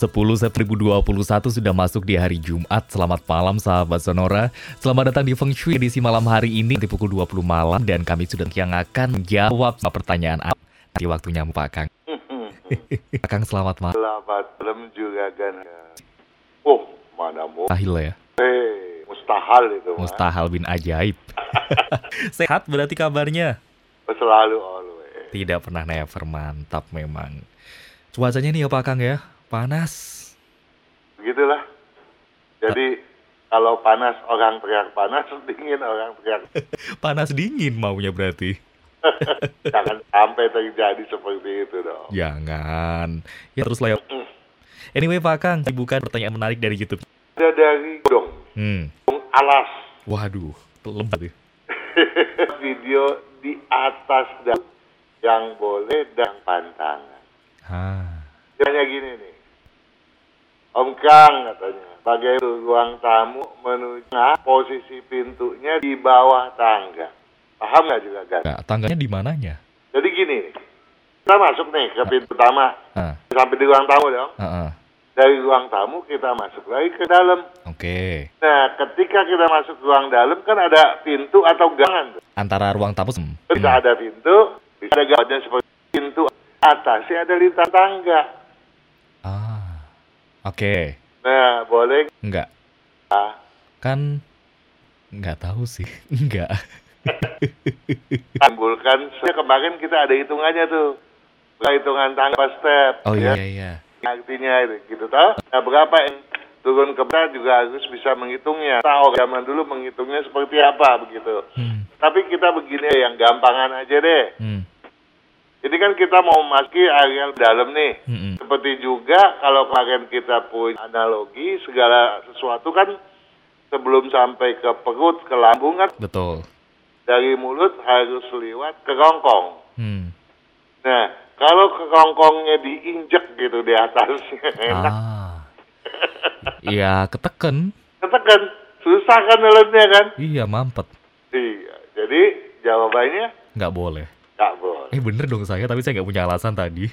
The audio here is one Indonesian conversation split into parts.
10 September 2021 sudah masuk di hari Jumat. Selamat malam sahabat Sonora. Selamat datang di Feng Shui edisi malam hari ini di pukul 20 malam. Dan kami sudah yang akan menjawab pertanyaan nanti waktunya Pak Kang. Pak Kang selamat malam. Selamat malam juga kan. Oh, mana Mustahil ya? Mustahil itu. Mustahil bin ajaib. Sehat berarti kabarnya? Selalu always. Tidak pernah never, mantap memang. Cuacanya nih ya Pak Kang ya, panas. Begitulah. Jadi kalau panas orang teriak panas, dingin orang teriak. Panas dingin maunya berarti. Jangan sampai terjadi seperti itu dong. Jangan. Ya teruslah ya. Anyway Pak Kang, bukan pertanyaan menarik dari YouTube. Ada dari Dong Alas. Waduh, lebat ya. Video di atas daun yang boleh dan pantangan. Tanya gini nih, Om Kang katanya, bagai ruang tamu menuju posisi pintunya di bawah tangga. Paham nggak juga kan? Nah, tangganya di mananya? Jadi gini nih, kita masuk nih ke pintu utama, sampai di ruang tamu dong. Dari ruang tamu kita masuk lagi ke dalam. Oke. Nah, ketika kita masuk ruang dalam kan ada pintu atau gangan. Antara ruang tamu bisa ada pintu, bisa ada gangan seperti pintu atasnya ada lintas tangga. Oke. Nah, boleh enggak? Kan enggak tahu sih. Enggak. Timbulkan kemarin kita ada hitungannya tuh. Hitungan tangga step. Oh ya. Iya. Artinya itu gitu toh. Nah, berapa yang turun ke bawah juga harus bisa menghitungnya. Tahu zaman dulu menghitungnya seperti apa begitu. Tapi kita begini yang gampangan aja deh. Ini kan kita mau memasuki area dalam nih. Seperti juga kalau kemarin kita punya analogi, segala sesuatu kan sebelum sampai ke perut, ke lambung kan. Betul. Dari mulut harus lewat ke kerongkong. Nah, kalau kerongkongnya diinjek gitu di atasnya, enak. Iya, keteken. Keteken, susah kan nelennya kan? Iya, mampet. Iya, jadi jawabannya? Nggak boleh. Nggak boleh. Bener dong saya, tapi saya nggak punya alasan tadi.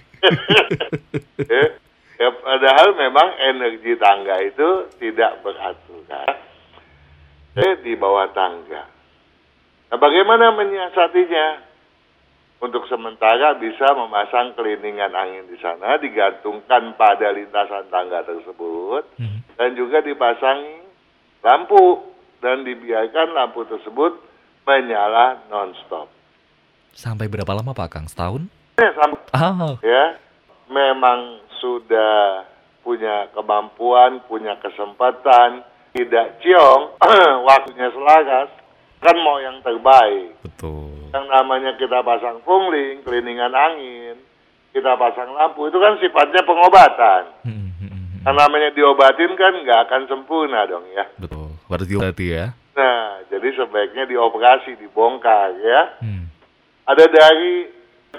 Ya, padahal memang energi tangga itu tidak beraturan. Di bawah tangga. Nah, bagaimana menyiasatinya? Untuk sementara bisa memasang keliningan angin di sana, digantungkan pada lintasan tangga tersebut, dan juga dipasangi lampu, dan dibiarkan lampu tersebut menyala non-stop. Sampai berapa lama Pak Kang? Setahun? Ya, memang sudah punya kemampuan, punya kesempatan, tidak ciong, waktunya selaras, kan mau yang terbaik. Betul. Yang namanya kita pasang pungling, keliningan angin, kita pasang lampu, itu kan sifatnya pengobatan. Yang namanya diobatin kan nggak akan sempurna dong ya. Betul, harus diobati ya. Nah, jadi sebaiknya dioperasi, dibongkar ya. Ada dari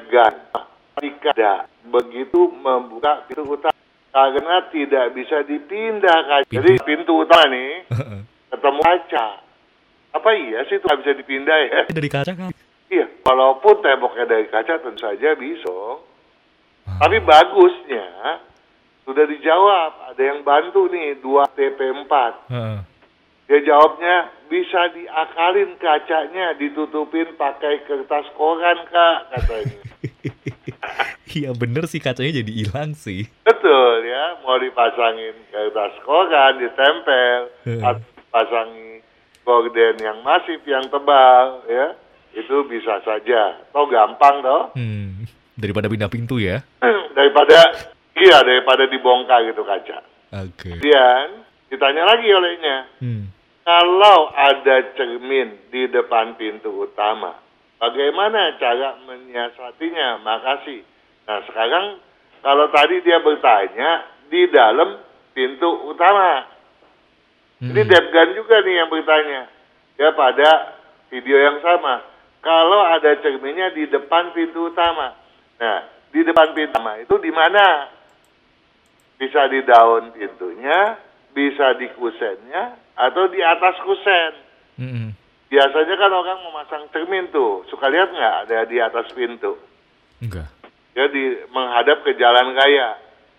tidak begitu membuka pintu utama karena tidak bisa dipindah. Jadi pintu utama nih ketemu kaca. Apa iya sih itu nggak bisa dipindah ya? Dari kaca kan? Iya, walaupun temboknya dari kaca tentu saja bisa. Tapi bagusnya sudah dijawab. Ada yang bantu nih 2TP4. Dia jawabnya bisa diakalin kacanya, ditutupin pakai kertas koran Kak, katanya. Iya bener sih, kacanya jadi hilang sih. Betul ya, mau dipasangin kertas koran, ditempel, atau dipasangi gorden yang masif, yang tebal ya. Itu bisa saja. Toh gampang toh. Daripada pindah pintu ya. daripada dibongkar gitu kaca. Oke. Kemudian ditanya lagi olehnya. Kalau ada cermin di depan pintu utama, bagaimana cara menyiasatinya? Makasih. Nah sekarang kalau tadi dia bertanya di dalam pintu utama. Ini Depgan juga nih yang bertanya. Ya pada video yang sama. Kalau ada cerminnya di depan pintu utama. Nah, di depan pintu utama itu di mana? Bisa di daun pintunya, bisa di kusennya, atau di atas kusen. Biasanya kan orang memasang cermin tuh. Suka lihat nggak ada di atas pintu? Enggak. Ya menghadap ke jalan raya.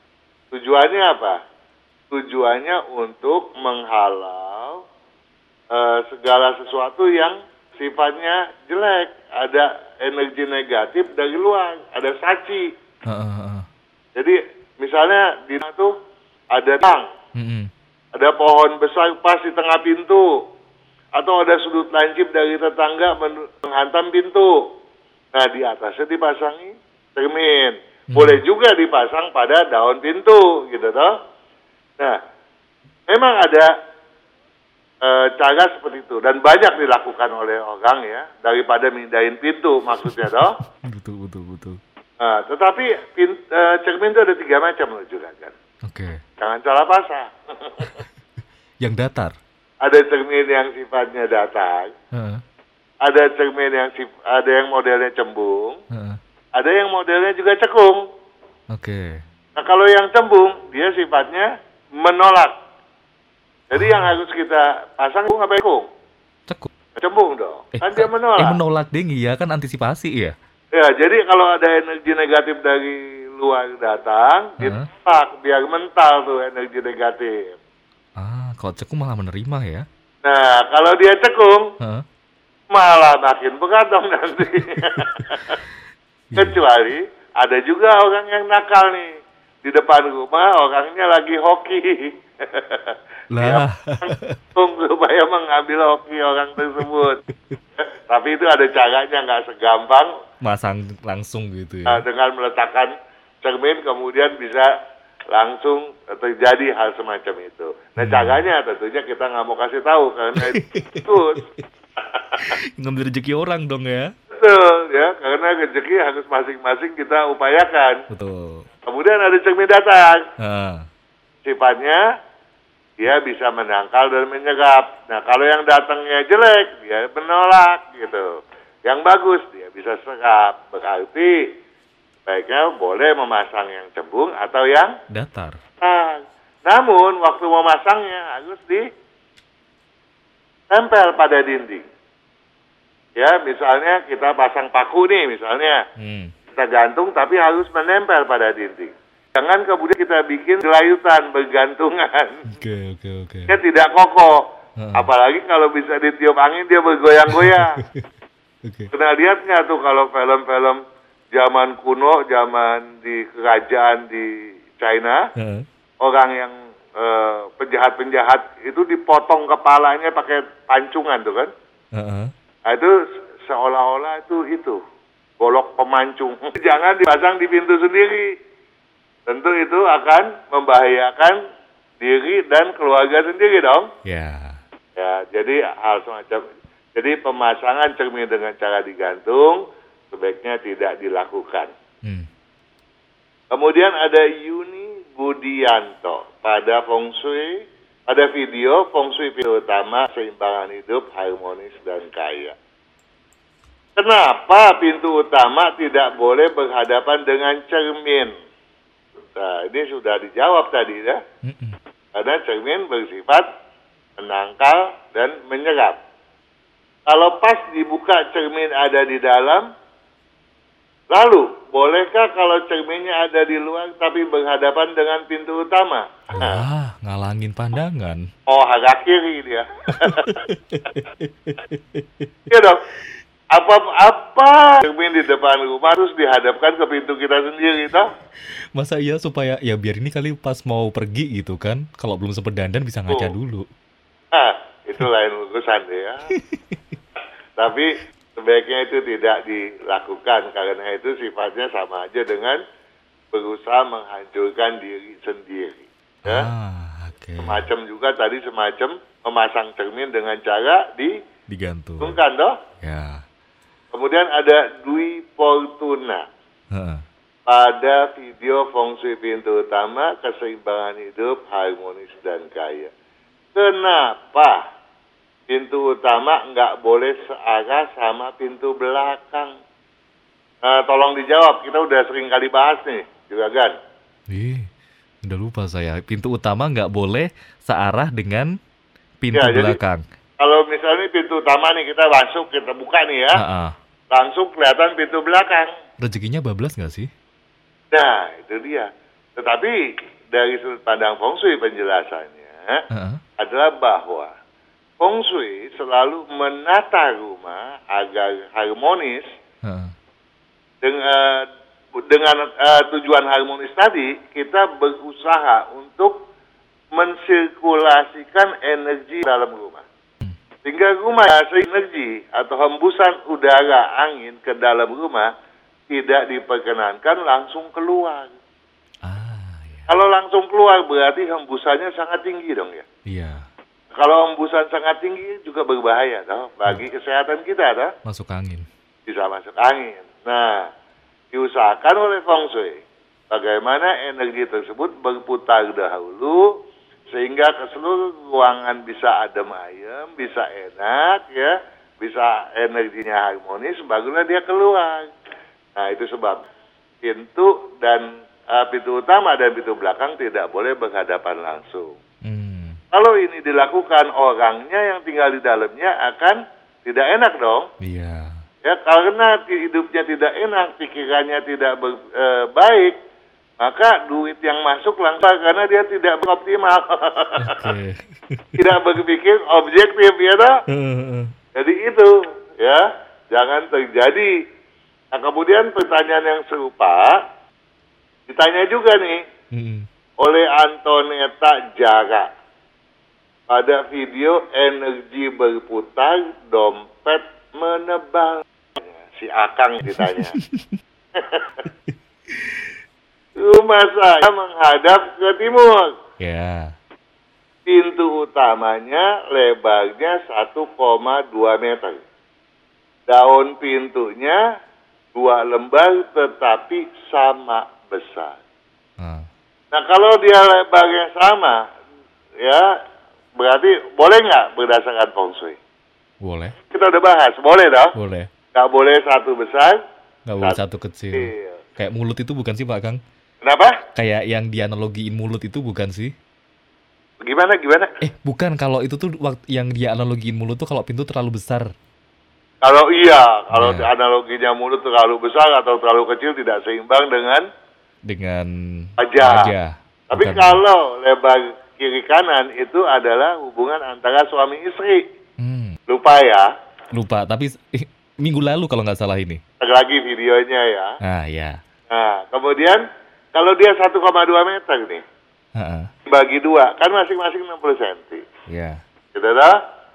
Tujuannya apa? Tujuannya untuk menghalau segala sesuatu yang sifatnya jelek. Ada energi negatif dari luar, ada saci. Jadi misalnya di sana tuh ada tang, ada pohon besar pas di tengah pintu, atau ada sudut lancip dari tetangga menghantam pintu. Nah, di atasnya dipasangi cermin. Boleh juga dipasang pada daun pintu, gitu toh. Nah, memang ada cara seperti itu dan banyak dilakukan oleh orang ya, daripada mindahin pintu maksudnya toh. Betul. Nah, tetapi cermin itu ada 3 macam loh juga kan. Oke. Jangan salah pasang. Yang datar. Ada cermin yang sifatnya datar. Ada cermin yang ada yang modelnya cembung. Ada yang modelnya juga cekung. Oke. Nah, kalau yang cembung dia sifatnya menolak. Jadi yang harus kita pasang apa cekung? Cekung. Cembung dong. Kan dia menolak. Menolak ding ya, kan antisipasi ya. Ya, jadi kalau ada energi negatif dari luar datang, ditolak biar mental tuh energi negatif. Kalau cekung malah menerima ya. Nah, kalau dia cekung, malah makin berat dong nanti. Kecuali ada juga orang yang nakal nih. Di depan rumah orangnya lagi hoki. Lah. Supaya mengambil hoki orang tersebut. Tapi itu ada caranya, nggak segampang masang langsung gitu ya. Nah, dengan meletakkan cermin kemudian bisa langsung terjadi hal semacam itu. Nah, caranya tentunya kita nggak mau kasih tahu karena itu ngambil rezeki orang dong ya. Betul ya, karena rezeki harus masing-masing kita upayakan. Betul. Kemudian ada cermin datang. Sifatnya dia bisa menangkal dan menyerap. Nah, kalau yang datangnya jelek, dia menolak gitu. Yang bagus dia bisa serap. Berarti baiknya boleh memasang yang cembung atau yang datar. Namun waktu memasangnya harus ditempel pada dinding. Ya, misalnya kita pasang paku nih misalnya. Kita gantung tapi harus menempel pada dinding. Jangan kemudian kita bikin gelayutan, bergantungan. Oke. Dia tidak kokoh. Apalagi kalau bisa ditiup angin dia bergoyang-goyang. Pernah lihat nggak tuh kalau film-film zaman kuno, zaman di kerajaan di China, orang yang penjahat-penjahat itu dipotong kepalanya pakai pancungan tuh kan? Nah, itu seolah-olah itu golok pemancung. Jangan dipasang di pintu sendiri. Tentu itu akan membahayakan diri dan keluarga sendiri dong. Ya, jadi hal semacam. Jadi pemasangan cermin dengan cara digantung sebaiknya tidak dilakukan. Kemudian ada Yuni Budianto pada video Feng Shui pintu utama keseimbangan hidup harmonis dan kaya. Kenapa pintu utama tidak boleh berhadapan dengan cermin? Nah, ini sudah dijawab tadi ya. Karena cermin bersifat menangkal dan menyerap. Kalau pas dibuka cermin ada di dalam, lalu bolehkah kalau cerminnya ada di luar tapi berhadapan dengan pintu utama? Ngalangin pandangan. Oh, agak kiri dia. Iya dong. Apa cermin di depan rumah harus dihadapkan ke pintu kita sendiri, toh? Masa iya supaya ya biar ini kali pas mau pergi gitu kan, kalau belum sempat dandan bisa ngaca dulu. Itu lain urusan deh ya. Tapi sebaiknya itu tidak dilakukan karena itu sifatnya sama aja dengan berusaha menghancurkan diri sendiri. Ya? Semacam juga tadi memasang cermin dengan cara digantungkan, toh? Ya. Kemudian ada Dwi Fortuna. Pada video Feng Shui pintu utama, keseimbangan hidup, harmonis dan kaya. Kenapa pintu utama nggak boleh searah sama pintu belakang? Tolong dijawab, kita udah sering kali bahas nih, Juragan. Udah lupa saya. Pintu utama nggak boleh searah dengan pintu belakang. Jadi, kalau misalnya pintu utama nih kita masuk, kita buka nih ya, langsung kelihatan pintu belakang. Rezekinya bablas nggak sih? Nah, itu dia. Tetapi dari sudut pandang feng shui penjelasannya adalah bahwa feng shui selalu menata rumah agar harmonis. Dengan tujuan harmonis tadi, kita berusaha untuk mensirkulasikan energi dalam rumah. Sehingga rumah energi atau hembusan udara angin ke dalam rumah tidak diperkenankan langsung keluar. Kalau langsung keluar berarti hembusannya sangat tinggi dong ya. Iya. Kalau hembusan sangat tinggi juga berbahaya toh bagi kesehatan kita toh. Masuk angin. Bisa masuk angin. Nah, diusahakan oleh feng shui bagaimana energi tersebut berputar dahulu sehingga ke seluruh ruangan bisa adem ayem, bisa enak ya, bisa energinya harmonis, barulah dia keluar. Nah, itu sebab pintu utama dan pintu belakang tidak boleh berhadapan langsung. Kalau ini dilakukan, orangnya yang tinggal di dalamnya akan tidak enak dong. Iya. Ya, karena hidupnya tidak enak, pikirannya tidak baik, maka duit yang masuk langsung karena dia tidak optimal. Tidak berpikir objektif ya toh. Jadi itu ya, jangan terjadi. Nah, kemudian pertanyaan yang serupa ditanya juga nih oleh Antoneta Jara pada video energi berputar dompet menebal. Si Akang ditanya. Rumah saya menghadap ke timur. Ya. Pintu utamanya lebarnya 1,2 meter. Daun pintunya 2 lembar tetapi sama besar. Nah, kalau dia lebarnya sama, ya berarti boleh nggak berdasarkan feng shui? Boleh. Kita udah bahas, boleh dong? Boleh. Nggak boleh satu besar, nggak boleh satu kecil. Kayak mulut itu bukan sih Pak Kang? Kenapa? Kayak yang dianalogiin mulut itu bukan sih? Gimana? Bukan, kalau itu tuh yang dia analogiin mulut tuh kalau pintu terlalu besar. Kalau analoginya mulut terlalu besar atau terlalu kecil tidak seimbang dengan wajah. Tapi bukan. Kalau lebar kiri kanan itu adalah hubungan antara suami istri. Lupa ya? Lupa, tapi minggu lalu kalau nggak salah ini. Lagi videonya ya. Ya. Nah, kemudian kalau dia 1,2 meter nih, bagi 2, kan masing-masing 60 cm. Iya. Gitu dah.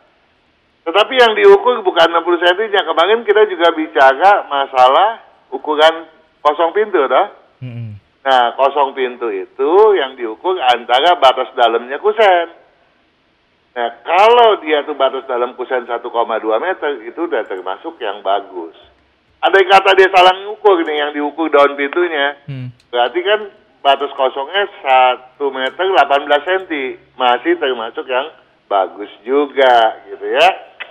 Tetapi yang diukur bukan 60 cm-nya. Kemarin kita juga bicara masalah ukuran kosong pintu, dah. Nah, kosong pintu itu yang diukur antara batas dalamnya kusen. Nah, kalau dia tuh batas dalam kusen 1,2 meter, itu udah termasuk yang bagus. Ada yang kata dia salah ngukur nih, yang diukur daun pintunya. Berarti kan batas kosongnya 1 meter 18 cm. Masih termasuk yang bagus juga, gitu ya.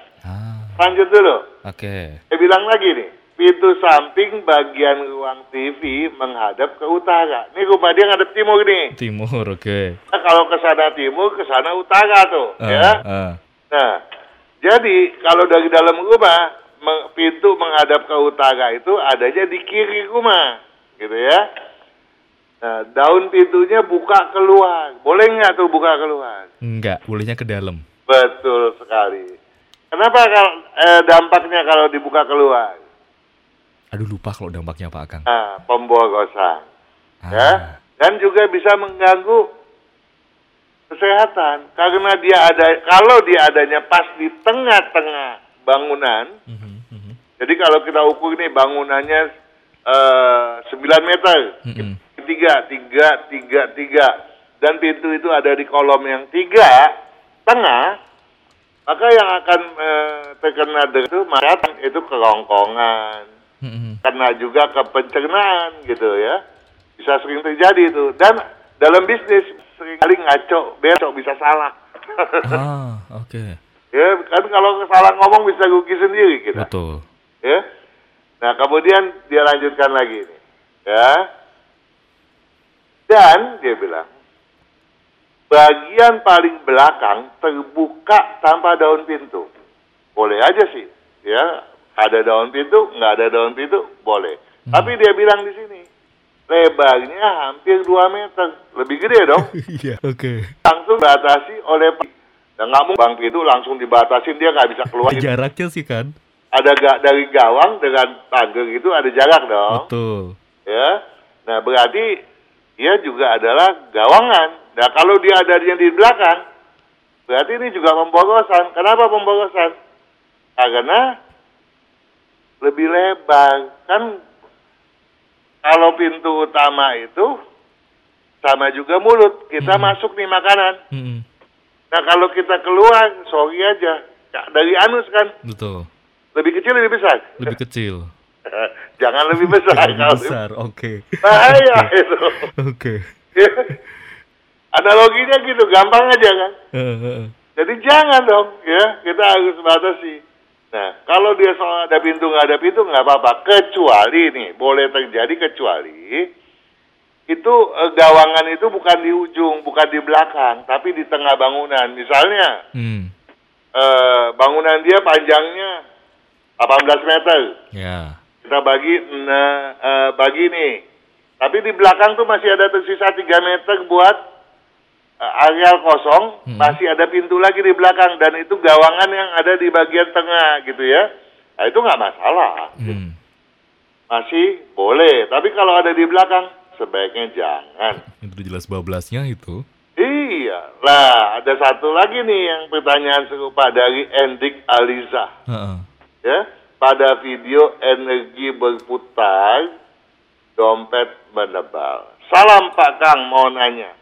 Lanjut dulu. Oke. Saya bilang lagi nih, pintu samping bagian ruang TV menghadap ke utara. Ini rumah dia ngadep timur nih. Timur, oke. Nah, kalau ke sana timur, ke sana utara tuh, ya. Nah, jadi kalau dari dalam rumah, pintu menghadap ke utara itu adanya di kiri rumah, gitu ya. Nah, daun pintunya buka keluar. Boleh nggak tuh buka keluar? Enggak, bolehnya ke dalam. Betul sekali. Kenapa dampaknya kalau dibuka keluar? Aduh, lupa kalau dampaknya Pak Akang. Nah, pemborosan. Ya. Dan juga bisa mengganggu kesehatan. Karena kalau dia adanya pas di tengah-tengah bangunan. Jadi kalau kita ukur ini bangunannya 9 meter. 3. Dan pintu itu ada di kolom yang 3, tengah. Maka yang akan terkena itu itu kerongkongan. Karena juga ke pencernaan gitu ya. Bisa sering terjadi itu. Dan dalam bisnis sering kali ngaco, besok bisa salah. Oke. Ya, kan kalau salah ngomong bisa rugi sendiri kita. Betul. Ya. Nah, kemudian dia lanjutkan lagi nih. Ya. Dan dia bilang, bagian paling belakang terbuka tanpa daun pintu. Boleh aja sih, ya. Ada daun pintu, nggak ada daun pintu, boleh. Tapi dia bilang di sini, lebarnya hampir 2 meter. Lebih gede dong. Iya, oke. Langsung dibatasi oleh dan nggak mungkin bang pintu langsung dibatasin, dia nggak bisa keluar. Jaraknya sih kan. Ada dari gawang dengan pagar itu ada jarak dong. Betul. Ya, nah berarti dia juga adalah gawangan. Nah kalau dia ada yang di belakang, berarti ini juga pemborosan. Kenapa pemborosan? Karena lebih lebar. Kan kalau pintu utama itu sama juga mulut. Kita masuk nih makanan. Nah kalau kita keluar, sorry aja. Dari anus kan. Betul. Lebih kecil lebih besar? Lebih kecil. Jangan lebih besar. Lebih besar, oke. Bahaya itu. Oke. Analoginya gitu, gampang aja kan. Jadi jangan dong, ya, kita harus batasi. Nah, kalau dia soal ada pintu nggak ada pintu nggak apa-apa, kecuali nih, boleh terjadi kecuali itu gawangan itu bukan di ujung, bukan di belakang, tapi di tengah bangunan. Misalnya, bangunan dia panjangnya 18 meter. Ya. Kita bagi nih, tapi di belakang tuh masih ada tersisa 3 meter buat areal kosong, masih ada pintu lagi di belakang, dan itu gawangan yang ada di bagian tengah gitu ya. Nah itu nggak masalah, masih boleh. Tapi kalau ada di belakang, sebaiknya jangan. Itu jelas bablasnya itu. Iya, lah ada satu lagi nih yang pertanyaan serupa dari Endik Aliza. Ya, pada video energi berputar, dompet menebal. Salam Pak Kang, mau nanya.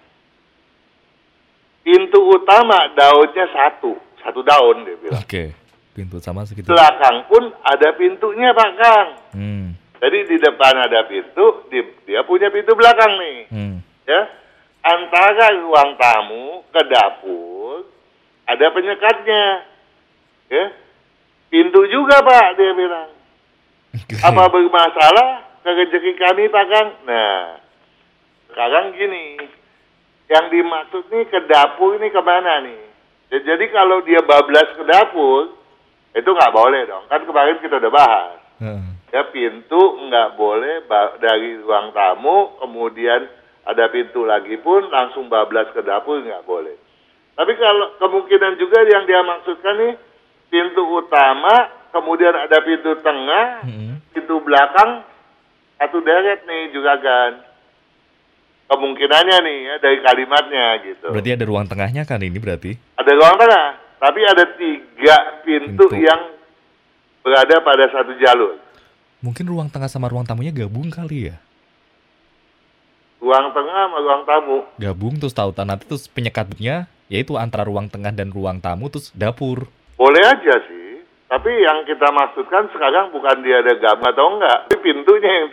Pintu utama daunnya satu daun dia bilang. Oke, pintu utama segitu. Belakang pun ada pintunya Pak Kang. Jadi di depan ada pintu, dia punya pintu belakang nih. Ya, antara ruang tamu ke dapur ada penyekatnya. Ya, pintu juga Pak dia bilang. Apa bermasalah ke rezeki kami Pak Kang? Nah, sekarang gini. Yang dimaksud nih ke dapur ini kemana nih? Jadi kalau dia bablas ke dapur, itu nggak boleh dong. Kan kemarin kita udah bahas. Ya pintu nggak boleh dari ruang tamu, kemudian ada pintu lagi pun langsung bablas ke dapur, nggak boleh. Tapi kalau kemungkinan juga yang dia maksudkan nih, pintu utama, kemudian ada pintu tengah, pintu belakang, satu deret nih juga kan. Kemungkinannya nih ya dari kalimatnya gitu. Berarti ada ruang tengahnya kan ini berarti? Ada ruang tengah, tapi ada 3 pintu yang berada pada satu jalur. Mungkin ruang tengah sama ruang tamunya gabung kali ya? Ruang tengah sama ruang tamu. Gabung terus tautan nanti terus penyekatnya yaitu antara ruang tengah dan ruang tamu terus dapur. Boleh aja sih, tapi yang kita maksudkan sekarang bukan dia ada gabung atau enggak, tapi pintunya yang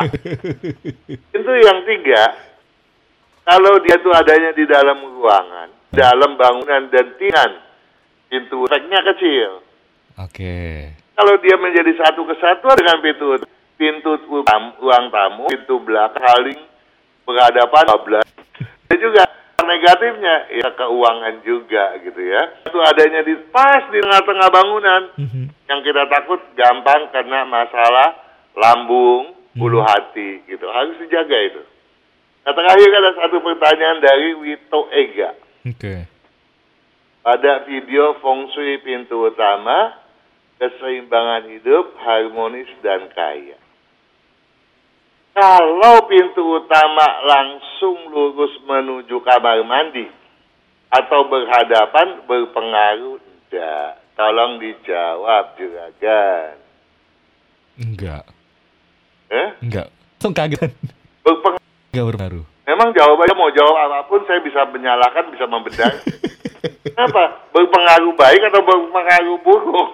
3. Pintu yang 3. Kalau dia tuh adanya di dalam ruangan, dalam bangunan dan tiang, pintu efeknya kecil. Oke. Kalau dia menjadi satu kesatuan dengan pintu ruang tamu, pintu belakang saling berhadapan 12. Dan juga negatifnya ya keuangan juga gitu ya. Itu adanya di pas di tengah-tengah bangunan, yang kita takut gampang kena masalah lambung, ulu hati gitu. Harus dijaga itu. Nah, terakhir ada satu pertanyaan dari Wito Ega. Oke. Pada video feng shui pintu utama, keseimbangan hidup, harmonis, dan kaya. Kalau pintu utama langsung lurus menuju kamar mandi atau berhadapan, berpengaruh tidak? Tolong dijawab juragan. Enggak. Enggak. Langsung kaget. Berpengaruh. Enggak berpengaruh. Memang jawabannya mau jawab apapun saya bisa menyalahkan, bisa membedah. Kenapa? Berpengaruh baik atau berpengaruh buruk?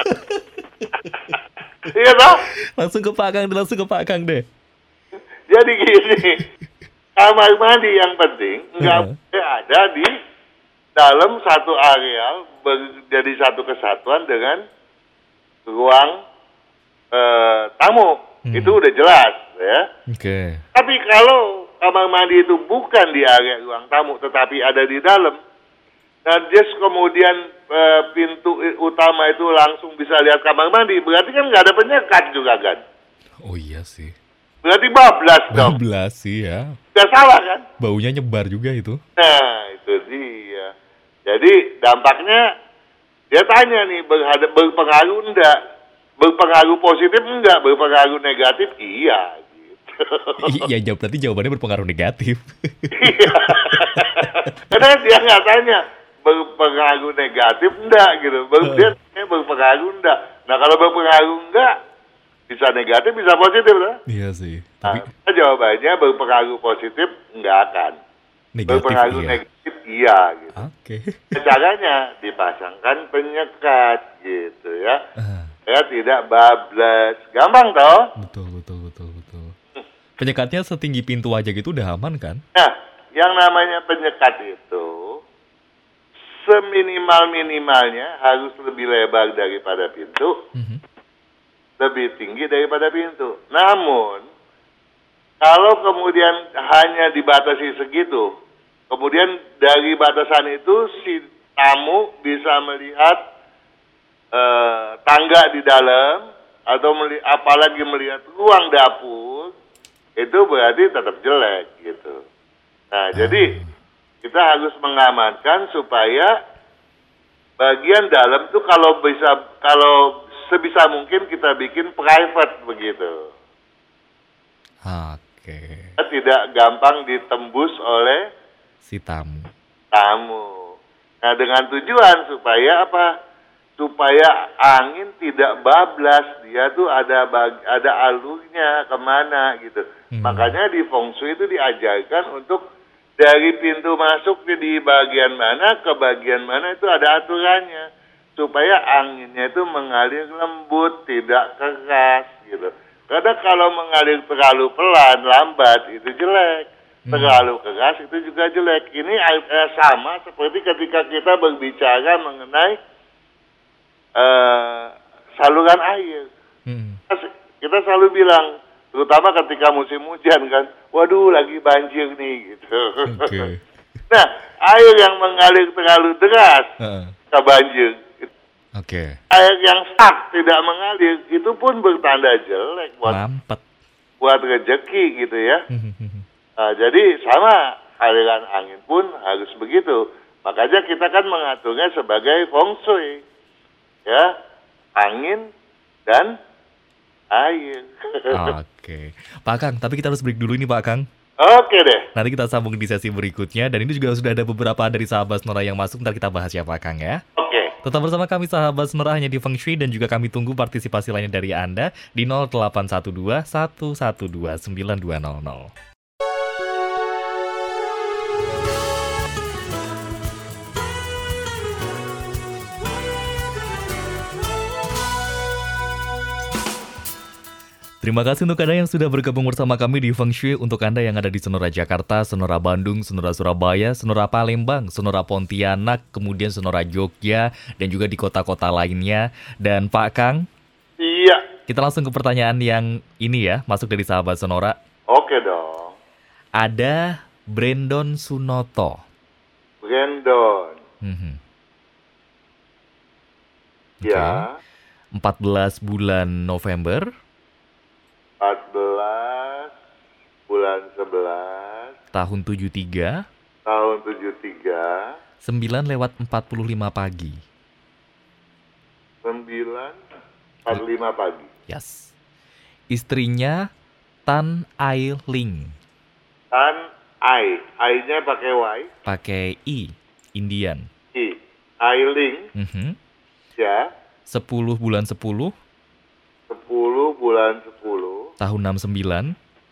Iya toh? Langsung ke Pak Kang deh. Jadi gini, kamar mandi yang penting nggak boleh ada di dalam satu areal jadi satu kesatuan dengan ruang tamu. Itu udah jelas ya. Oke. Tapi kalau kamar mandi itu bukan di area ruang tamu tetapi ada di dalam, dan just kemudian pintu utama itu langsung bisa lihat kamar mandi, berarti kan nggak ada penyekat juga kan? Oh iya sih. Berarti bablas dong. Bablas sih ya. Nggak salah kan? Baunya nyebar juga itu. Nah, itu dia. Jadi dampaknya dia tanya nih, berpengaruh enggak? Berpengaruh positif enggak? Berpengaruh negatif? Iya. Gitu. Iya, berarti jawabannya berpengaruh negatif. Iya. Karena dia nggak tanya berpengaruh negatif enggak gitu. Dia tanya berpengaruh enggak. Nah kalau berpengaruh enggak, bisa negatif, bisa positif lah. Iya sih. Nah, jawabannya berpengaruh positif enggak akan. Negatif, berpengaruh iya. Negatif iya gitu. Oke. Caranya dipasangkan penyekat gitu ya. Ya tidak bablas. Gampang toh? Betul. Penyekatnya setinggi pintu aja gitu udah aman kan? Nah, yang namanya penyekat itu seminimal-minimalnya harus lebih lebar daripada pintu, lebih tinggi daripada pintu. Namun, kalau kemudian hanya dibatasi segitu, kemudian dari batasan itu si tamu bisa melihat tangga di dalam, atau apalagi melihat ruang dapur, itu berarti tetap jelek gitu. Nah, jadi kita harus mengamankan supaya bagian dalam tuh kalau sebisa mungkin kita bikin private begitu. Oke. Tidak gampang ditembus oleh Si tamu. Nah, dengan tujuan supaya apa? Supaya angin tidak bablas, dia tuh ada alurnya kemana gitu. Makanya di feng shui itu diajarkan untuk dari pintu masuk di bagian mana ke bagian mana itu ada aturannya, supaya anginnya itu mengalir lembut, tidak keras gitu. Karena kalau mengalir terlalu pelan, lambat, itu jelek. Terlalu keras itu juga jelek. Ini sama seperti ketika kita berbicara mengenai saluran air. Kita selalu bilang, terutama ketika musim hujan kan, waduh lagi banjir nih gitu. Okay. Nah, air yang mengalir terlalu deras ke banjir. Oke. Air yang stuck tidak mengalir itu pun bertanda jelek buat rezeki gitu ya. Nah, jadi sama aliran angin pun harus begitu. Makanya kita kan mengaturnya sebagai feng shui. Ya, angin dan air. Oke. Pak Kang, tapi kita harus break dulu ini Pak Kang. Oke deh. Nanti kita sambung di sesi berikutnya. Dan ini juga sudah ada beberapa dari sahabat Sonora yang masuk. Ntar kita bahas ya Pak Kang ya. Oke. Tetap bersama kami sahabat Sonora hanya di Feng Shui. Dan juga kami tunggu partisipasi lainnya dari Anda di 0812 112 9200. Terima kasih untuk Anda yang sudah bergabung bersama kami di Feng Shui. Untuk Anda yang ada di Sonora Jakarta, Sonora Bandung, Sonora Surabaya, Sonora Palembang, Sonora Pontianak, kemudian Sonora Jogja, dan juga di kota-kota lainnya. Dan Pak Kang, iya. Kita langsung ke pertanyaan yang ini ya, masuk dari sahabat Sonora. Oke dong. Ada Brandon Sunoto. Brandon. Ya. 14 bulan November. 14 bulan 11 tahun 73 9:45 pagi. 9:45 pagi. Yes. Istrinya Tan Ai Ling. Tan Ai, I-nya pakai Y? Pakai I, Indian. I, Ai Ling. Ya. 10 bulan 10 bulan 10 tahun 69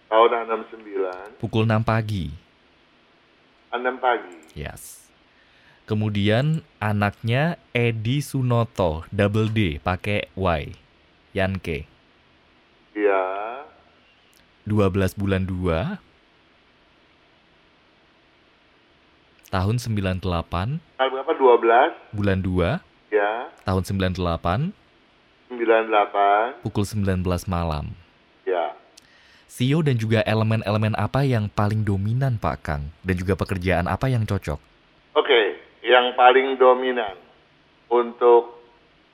pukul 6 pagi. 6 pagi. Yes. Kemudian anaknya Edi Sunoto, double D, pakai Y, Yanke. Ya. 12 bulan 2 tahun 98. Tanggal berapa? 12 bulan 2 ya. Tahun 98 pukul 19 malam. Ya. Sio dan juga elemen-elemen apa yang paling dominan Pak Kang? Dan juga pekerjaan apa yang cocok? Oke, yang paling dominan untuk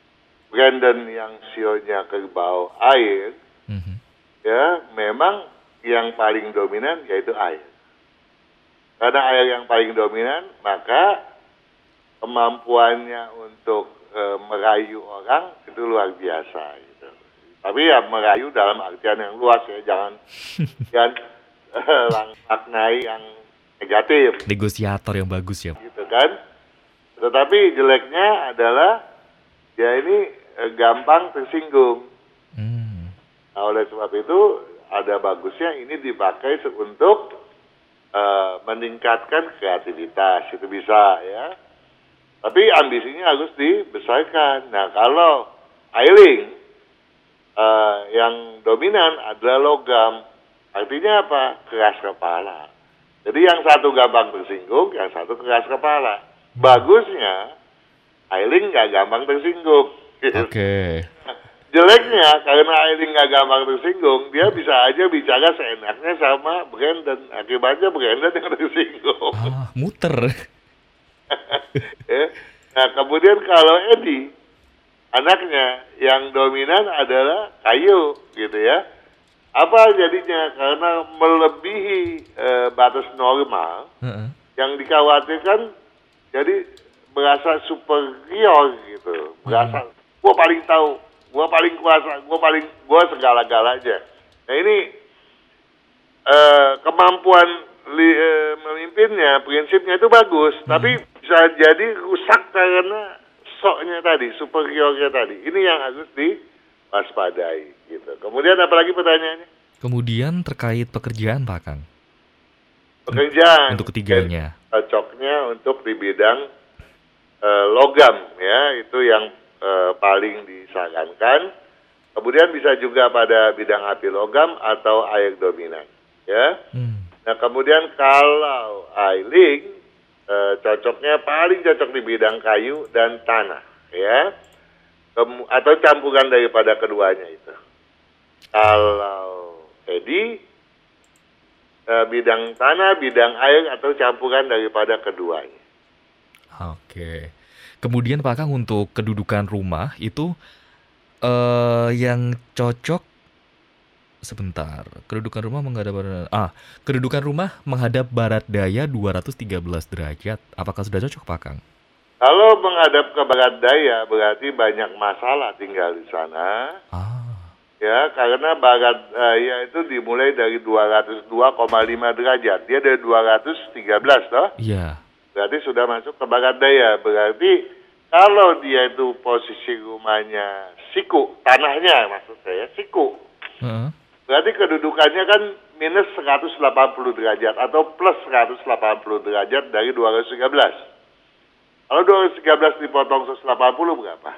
Brandon yang sionya kerbau air, ya memang yang paling dominan yaitu air. Karena air yang paling dominan, maka kemampuannya untuk merayu orang itu luar biasa gitu. Tapi ya merayu dalam artian yang luas ya, jangan maknai yang negatif. Negosiator yang bagus ya. Gitu kan. Tetapi jeleknya adalah dia ini gampang tersinggung. Nah, oleh sebab itu ada bagusnya ini dipakai untuk meningkatkan kreativitas, itu bisa ya. Tapi ambisinya harus dibesarkan. Nah, kalau Ailing yang dominan adalah logam, artinya apa? Keras kepala. Jadi yang satu gampang tersinggung, yang satu keras kepala. Bagusnya Ailing nggak gampang tersinggung. Oke. Jeleknya karena Ailing nggak gampang tersinggung, dia bisa aja bicara seenaknya sama Brandon. Akibatnya Brandon yang tersinggung. Muter. Nah, kemudian kalau Edi, anaknya yang dominan adalah kayu, gitu ya. Apa jadinya? Karena melebihi batas normal, yang dikhawatirkan jadi berasa superior gitu. Berasa, gua paling tahu, gua paling kuasa, gua segala-galanya. Nah ini kemampuan memimpinnya, prinsipnya itu bagus, tapi bisa jadi rusak karena soknya tadi, superiornya tadi. Ini yang harus diwaspadai gitu. Kemudian apalagi pertanyaannya? Kemudian terkait pekerjaan Pak Kang. Pekerjaan. Untuk ketiganya. Cocoknya untuk di bidang logam ya, itu yang paling disarankan. Kemudian bisa juga pada bidang api logam atau air dominan ya. Nah kemudian kalau Ailing cocoknya paling cocok di bidang kayu dan tanah ya, atau campuran daripada keduanya itu. Kalau Edi bidang tanah, bidang air atau campuran daripada keduanya. Oke. Kemudian Pak Kang untuk kedudukan rumah itu yang cocok. Sebentar, kedudukan rumah menghadap barat daya 213 derajat. Apakah sudah cocok, Pak Kang? Kalau menghadap ke barat daya berarti banyak masalah tinggal di sana. Ya, karena barat daya itu dimulai dari 202,5 derajat. Dia dari 213 toh? Iya. Berarti sudah masuk ke barat daya. Berarti kalau dia itu posisi rumahnya siku, tanahnya maksud saya siku. Berarti kedudukannya kan minus 180 derajat atau plus 180 derajat dari 213. Kalau 213 dipotong 180 berapa?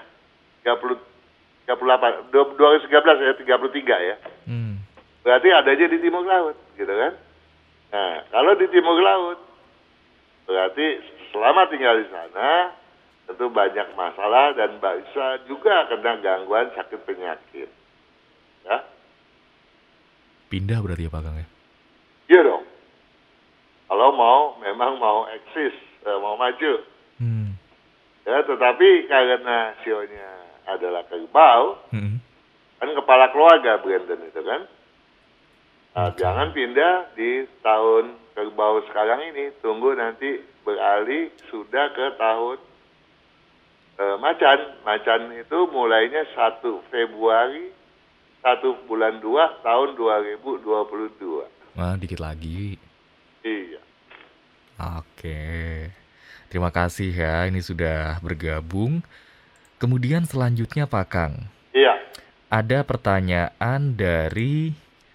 38, 213 ya, 33 ya. Berarti adanya di timur laut, gitu kan? Nah, kalau di timur laut, berarti selama tinggal di sana, tentu banyak masalah dan bisa juga kena gangguan sakit penyakit. Ya. Pindah berarti ya Pak Kang ya? Iya dong. Kalau memang mau eksis, mau maju. Ya, tetapi karena sionya adalah kerbau, kan kepala keluarga Brandon itu kan. Nah, jangan pindah di tahun kerbau sekarang ini. Tunggu nanti beralih sudah ke tahun macan. Macan itu mulainya 1 Februari 1 bulan 2 tahun 2022. Wah, dikit lagi. Iya. Oke. Terima kasih ya, ini sudah bergabung. Kemudian selanjutnya Pak Kang. Iya. Ada pertanyaan dari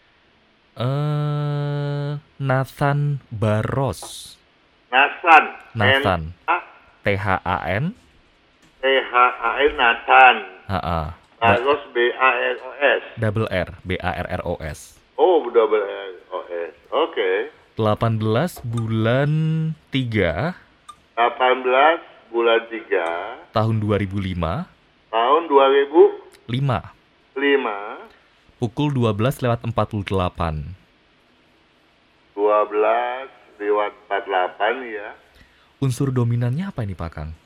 Nathan Baros. Nathan. T-H-A-N. Nathan. Baros B-A-R-O-S. Double R, B-A-R-R-O-S. Oh, double R-O-S. Oke. 18 bulan 3. 18 bulan 3. Tahun 2005. Tahun 2005. Pukul 12:48. 12:48 ya. Unsur dominannya apa ini Pak Kang?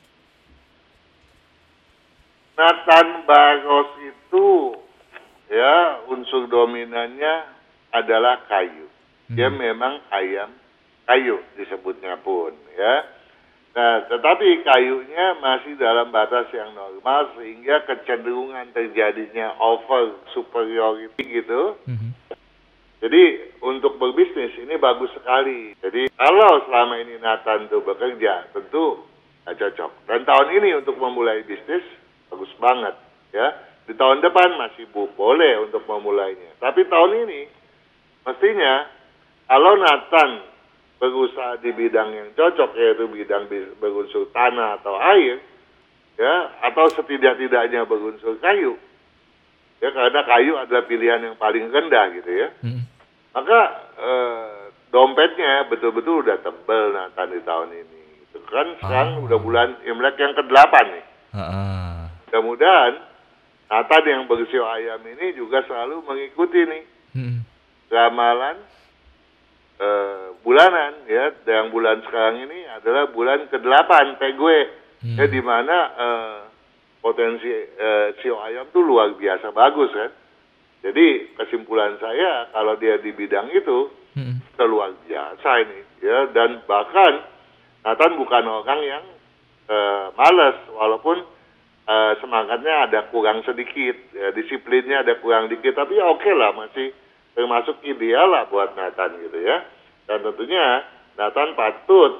Nathan Baros itu ya unsur dominannya adalah kayu. Dia memang ayam kayu disebutnya pun, ya. Nah, tetapi kayunya masih dalam batas yang normal sehingga kecenderungan terjadinya over superiority gitu. Jadi untuk berbisnis ini bagus sekali. Jadi kalau selama ini Nathan tuh bekerja, tentu nggak cocok. Dan tahun ini untuk memulai bisnis bagus banget, ya. Di tahun depan masih boleh untuk memulainya. Tapi tahun ini mestinya kalau Nathan berusaha di bidang yang cocok, yaitu bidang berunsur tanah atau air, ya, atau setidak-tidaknya berunsur kayu, ya, karena kayu adalah pilihan yang paling rendah gitu ya. Maka dompetnya betul-betul udah tebel Nathan di tahun ini. Itu kan sekarang udah bulan Imlek yang ke-8 nih. Mudah-mudahan Nathan yang bersio ayam ini juga selalu mengikuti nih ramalan bulanan, ya. Yang bulan sekarang ini adalah bulan ke-8 Pegue, ya, di mana potensi sio ayam tuh luar biasa bagus kan. Jadi kesimpulan saya kalau dia di bidang itu luar biasa ini, ya. Dan bahkan Nathan bukan orang yang malas, walaupun semangatnya ada kurang sedikit, ya, disiplinnya ada kurang dikit, tapi ya oke lah, masih termasuk ideal lah buat Nathan gitu ya. Dan tentunya Nathan patut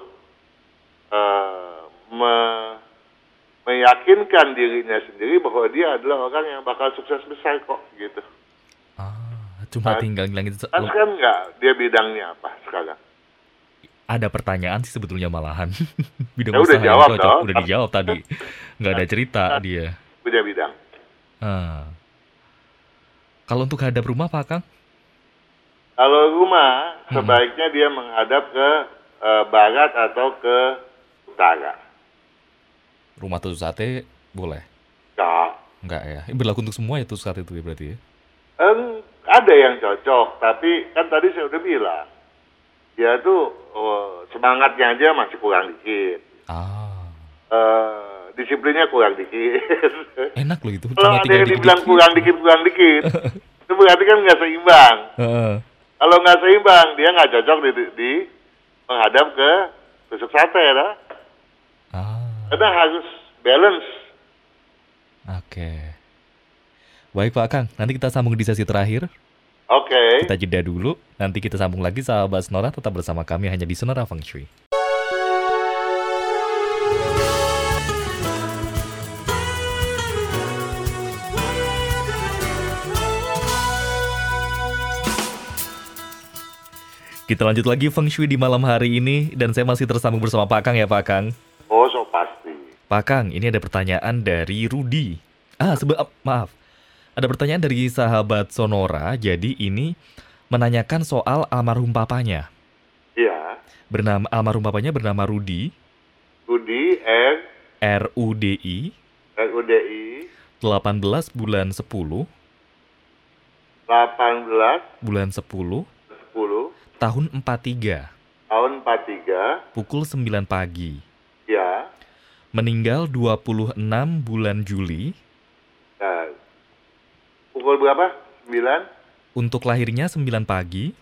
meyakinkan dirinya sendiri bahwa dia adalah orang yang bakal sukses besar kok gitu. Cuma tinggal bilang itu. Kan nggak dia bidangnya apa sekarang? Ada pertanyaan sih sebetulnya malahan. Bidang ya, usaha udah jawab yang cocok. Udah dijawab tadi. Nggak ada cerita dia. Punya bidang. Kalau untuk hadap rumah Pak Kang? Kalau rumah sebaiknya dia menghadap ke barat atau ke utara. Rumah tusuk sate boleh? Enggak ya. Berlaku untuk semua ya tusuk sate itu ya berarti ya? Ada yang cocok, tapi kan tadi saya udah bilang dia tuh semangatnya aja masih kurang dikit. Disiplinnya kurang dikit. Enak loh itu. Kalau ada yang dibilang kurang dikit, itu berarti kan nggak seimbang. Kalau nggak seimbang, dia nggak cocok di menghadap ke tusuk sate, lah. Karena harus balance. Oke. Baik Pak Kang, nanti kita sambung di sesi terakhir. Oke. Kita jeda dulu, nanti kita sambung lagi sahabat Sonora, tetap bersama kami hanya di Sonora Feng Shui. Kita lanjut lagi Feng Shui di malam hari ini, dan saya masih tersambung bersama Pak Kang ya Pak Kang. Oh, so pasti. Pak Kang, ini ada pertanyaan dari Rudi. Maaf. Ada pertanyaan dari sahabat Sonora, jadi ini menanyakan soal almarhum papanya. Iya. Almarhum papanya bernama Rudi. Rudi, R-U-D-I. 18 bulan 10. 18 bulan 10. Tahun 43. Pukul 9 pagi. Ya. Meninggal 26 bulan Juli. Nah, pukul berapa? 9? Untuk lahirnya 9 pagi.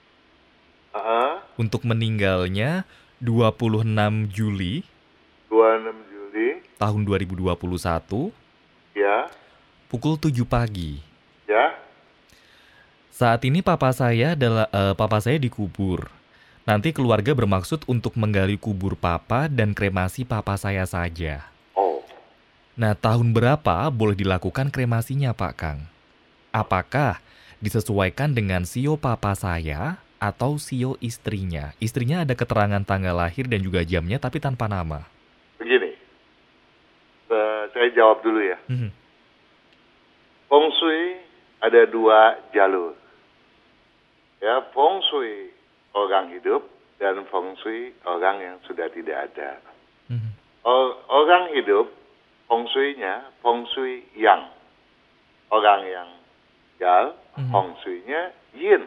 Untuk meninggalnya 26 Juli. 26 Juli. Tahun 2021. Ya. Pukul 7 pagi. Ya. Saat ini papa saya dikubur. Nanti keluarga bermaksud untuk menggali kubur papa dan kremasi papa saya saja. Oh. Nah, tahun berapa boleh dilakukan kremasinya, Pak Kang? Apakah disesuaikan dengan sio papa saya atau sio istrinya? Istrinya ada keterangan tanggal lahir dan juga jamnya tapi tanpa nama. Begini, saya jawab dulu ya. Feng Shui ada 2 jalur. Ya, Feng Shui orang hidup dan Feng Shui orang yang sudah tidak ada. Orang hidup, Feng Shui-nya Feng Shui Yang. Orang yang gal, Feng Shui-nya Yin.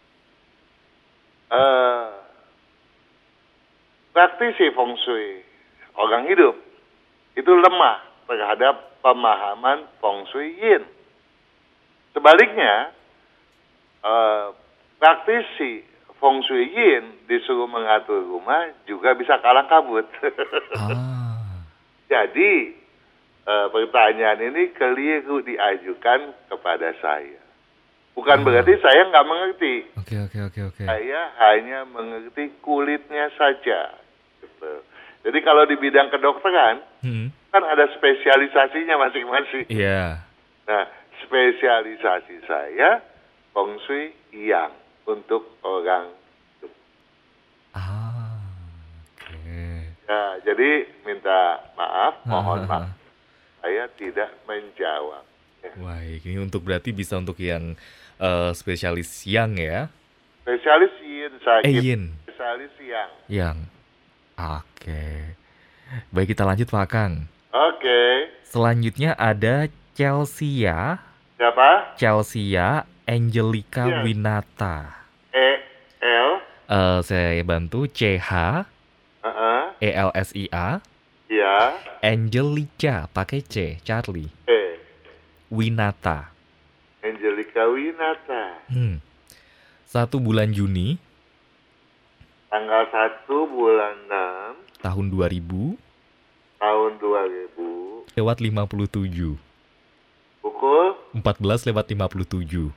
Praktisi Feng Shui orang hidup itu lemah terhadap pemahaman Feng Shui Yin. Sebaliknya, praktisi Feng Shui Yin disuruh mengatur rumah juga bisa kalah kabut. Jadi pertanyaan ini keliru diajukan kepada saya. Bukan berarti saya nggak mengerti. Oke. Saya hanya mengerti kulitnya saja. Gitu. Jadi kalau di bidang kedokteran, kan ada spesialisasinya masing-masing. Iya. Nah, spesialisasi saya Feng Shui Yang untuk orang hidup. Oke. Ya, jadi minta maaf, mohon maaf. Saya tidak menjawab. Ya. Baik, ini berarti bisa untuk yang spesialis yang ya? Spesialis Yin saya. Yin. Spesialis Yang. Yang. Oke. Baik, kita lanjut Pak Kang. Oke. Selanjutnya ada Chelsea. Siapa? Chelsea Angelica Winata. L. Saya bantu CH ELSIA. Ya. Angelica pakai C, Charlie. Winata. Angelica Winata. 1 bulan Juni. Tanggal 1 bulan 6. Tahun 2000. Tahun 2000. Lewat 57. Pukul 14:57.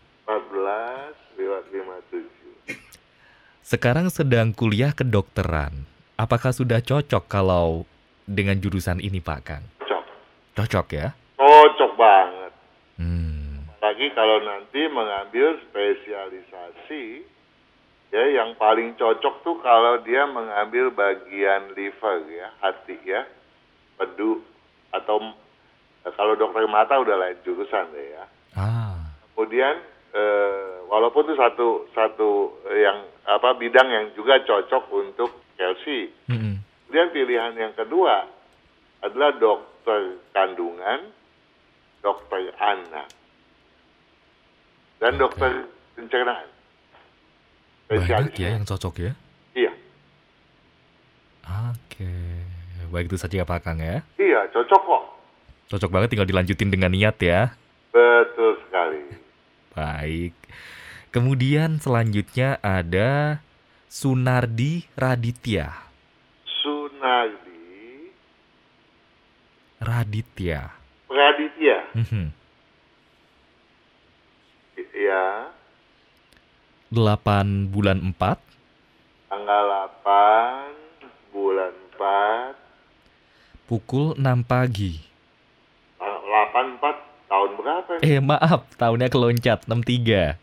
14:57. Sekarang sedang kuliah kedokteran. Apakah sudah cocok kalau dengan jurusan ini Pak Kang? Cocok ya? Cocok banget. Lagi kalau nanti mengambil spesialisasi, ya yang paling cocok tuh kalau dia mengambil bagian liver ya, hati ya, pedu, atau kalau dokter mata udah lain jurusan deh ya. Kemudian walaupun itu satu yang bidang yang juga cocok untuk Chelsea. Kemudian pilihan yang kedua adalah dokter kandungan, dokter anak, dan dokter pencernaan. Banyak ya yang cocok ya? Iya. Oke. Baik, itu saja Pak Kang ya? Iya, cocok kok. Cocok banget, tinggal dilanjutin dengan niat ya? Betul sekali. Baik. Kemudian selanjutnya ada Sunardi Raditya. Raditya. Iya. 8 bulan 4. Tanggal 8 bulan 4. Pukul 6 pagi. 84 tahun berapa? Maaf, tahunnya keloncat, 63.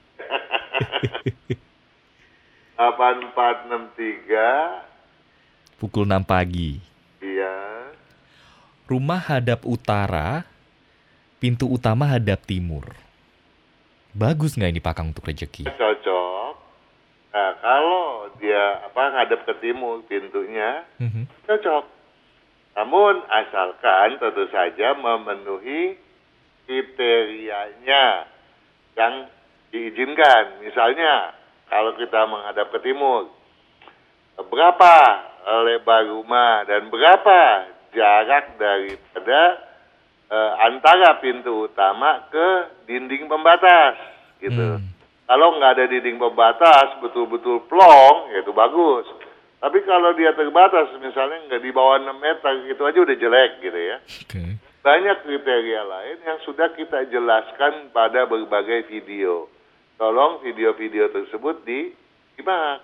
8463. Pukul 6 pagi. Iya. Rumah hadap utara, pintu utama hadap timur. Bagus nggak ini Pak Kang untuk rezeki? Cocok. Nah, kalau dia ngadep ke timur pintunya, cocok. Namun asalkan tentu saja memenuhi kriterianya yang diizinkan. Misalnya, kalau kita menghadap ke timur, berapa lebar rumah dan berapa jarak daripada antara pintu utama ke dinding pembatas, gitu. Kalau nggak ada dinding pembatas, betul-betul plong, ya itu bagus. Tapi kalau dia terbatas, misalnya nggak di bawah 6 meter, itu aja udah jelek, gitu ya. Banyak kriteria lain yang sudah kita jelaskan pada berbagai video. Tolong video-video tersebut disimak.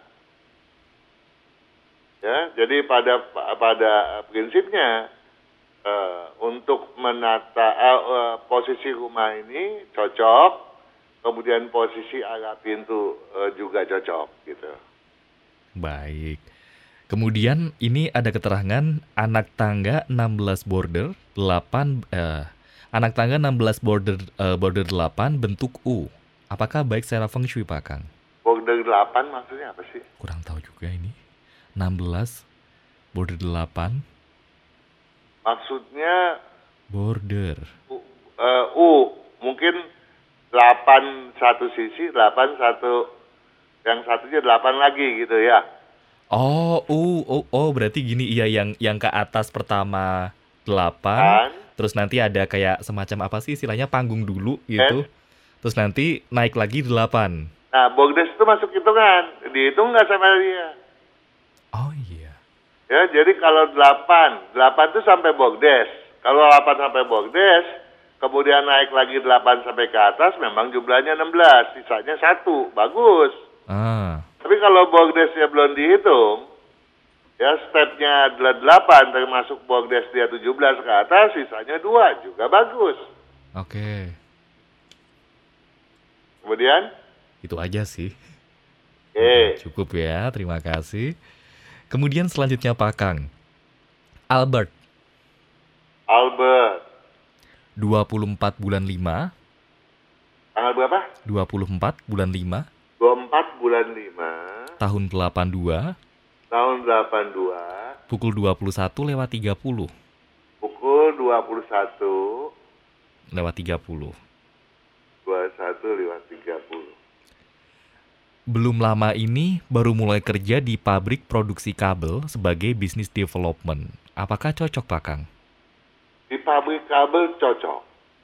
Ya, jadi pada prinsipnya untuk menata posisi rumah ini cocok, kemudian posisi arah pintu juga cocok gitu. Baik. Kemudian ini ada keterangan anak tangga 16 border 8 anak tangga 16 border 8 bentuk U. Apakah baik secara feng shui Pak Kang? Border 8 maksudnya apa sih? Kurang tahu juga ini. 16 border 8. Maksudnya border. Mungkin 8 satu sisi, 8 satu, yang satunya 8 lagi gitu ya. Berarti gini, iya, yang ke atas pertama 8, terus nanti ada kayak semacam apa sih istilahnya, panggung dulu gitu. Terus nanti naik lagi 8. Nah, Bogdes itu masuk hitungan, dihitung nggak sama dia? Oh iya. Ya, jadi kalau 8 itu sampai Bogdes. Kalau 8 sampai Bogdes, kemudian naik lagi 8 sampai ke atas, memang jumlahnya 16, sisanya 1, bagus. Tapi kalau Bogdesnya belum dihitung, ya stepnya 8 termasuk Bogdes dia 17 ke atas, sisanya 2, juga bagus. Oke. Kemudian? Itu aja sih. Cukup ya, terima kasih. Kemudian selanjutnya Pak Kang. Albert. 24 bulan 5. Tanggal berapa? 24 bulan 5. 24 bulan 5. Tahun 82. Tahun 82. Pukul 21:30. Pukul 21:30. 21:30. Belum lama ini baru mulai kerja di pabrik produksi kabel sebagai business development. Apakah cocok Pak Kang? Di pabrik kabel cocok.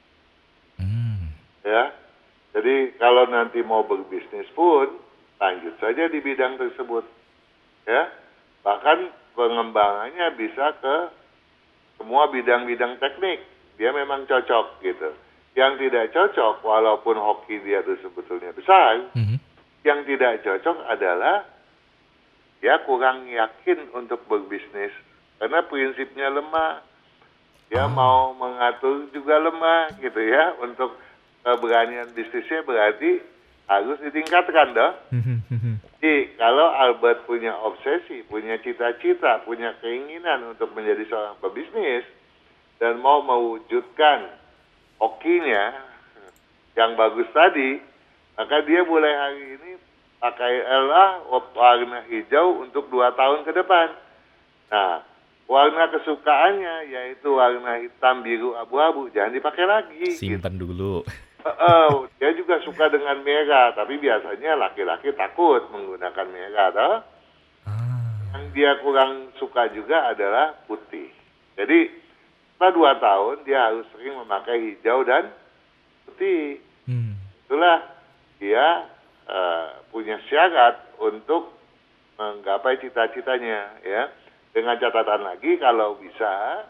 Ya, jadi kalau nanti mau berbisnis pun lanjut saja di bidang tersebut. Ya, bahkan pengembangannya bisa ke semua bidang-bidang teknik. Dia memang cocok gitu. Yang tidak cocok, walaupun hoki dia itu sebetulnya besar, yang tidak cocok adalah dia kurang yakin untuk berbisnis karena prinsipnya lemah. Dia mau mengatur juga lemah gitu ya. Untuk keberanian bisnisnya berarti harus ditingkatkan dong. Jadi kalau Albert punya obsesi, punya cita-cita, punya keinginan untuk menjadi seorang pebisnis dan mau mewujudkan hokinya yang bagus tadi, maka dia mulai hari ini pakai warna hijau untuk 2 tahun ke depan. Nah, warna kesukaannya yaitu warna hitam, biru, abu-abu, jangan dipakai lagi. Simpan dulu. Dia juga suka dengan merah, tapi biasanya laki-laki takut menggunakan merah, toh. Yang dia kurang suka juga adalah putih. Jadi setelah 2 tahun dia harus sering memakai hijau dan putih. Itulah dia punya syarat untuk menggapai cita-citanya, ya. Dengan catatan lagi kalau bisa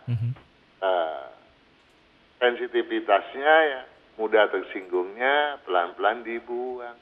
sensitivitasnya ya, mudah tersinggungnya pelan-pelan dibuang.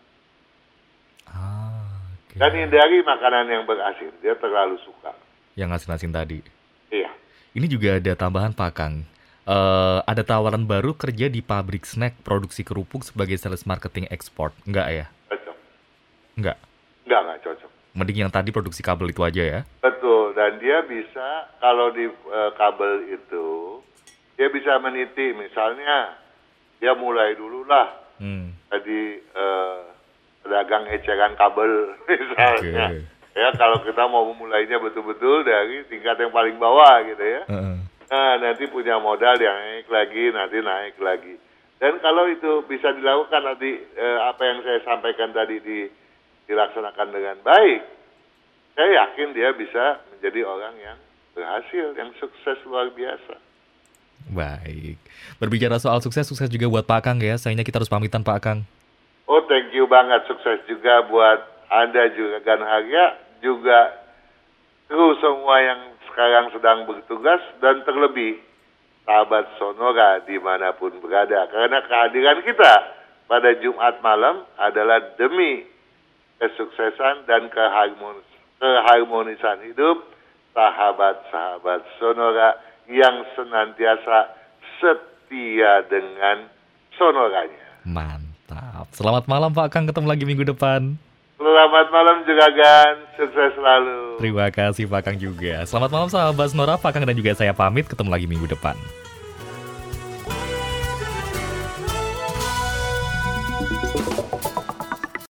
Dan hindari makanan yang berasin, dia terlalu suka. Yang asin-asin tadi. Iya. Ini juga ada tambahan Pak Kang. Ada tawaran baru kerja di pabrik snack produksi kerupuk sebagai sales marketing ekspor. Enggak ya? Cocok. Enggak Cocok. Mending yang tadi produksi kabel itu aja ya? Betul, dan dia bisa, kalau di kabel itu, dia bisa meniti, misalnya, dia mulai dulu lah, jadi pedagang eceran kabel, misalnya. Ya, kalau kita mau memulainya betul-betul dari tingkat yang paling bawah gitu ya. Nah, nanti punya modal yang naik lagi. Dan kalau itu bisa dilakukan nanti, apa yang saya sampaikan tadi dilaksanakan dengan baik, saya yakin dia bisa menjadi orang yang berhasil, yang sukses luar biasa. Baik. Berbicara soal sukses juga buat Pak Kang ya. Sayangnya kita harus pamitan Pak Kang. Oh, thank you banget. Sukses juga buat Anda juga, Gan Arya, juga kru semua yang sekarang sedang bertugas, dan terlebih sahabat Sonora dimanapun berada. Karena kehadiran kita pada Jumat malam adalah demi kesuksesan dan keharmonisan hidup sahabat-sahabat Sonora yang senantiasa setia dengan Sonoranya. Mantap. Selamat malam Pak Kang, ketemu lagi minggu depan. Selamat malam juga Gan, sukses selalu. Terima kasih Pak Kang juga. Selamat malam sahabat Sonora, Pak Kang dan juga saya pamit, ketemu lagi minggu depan.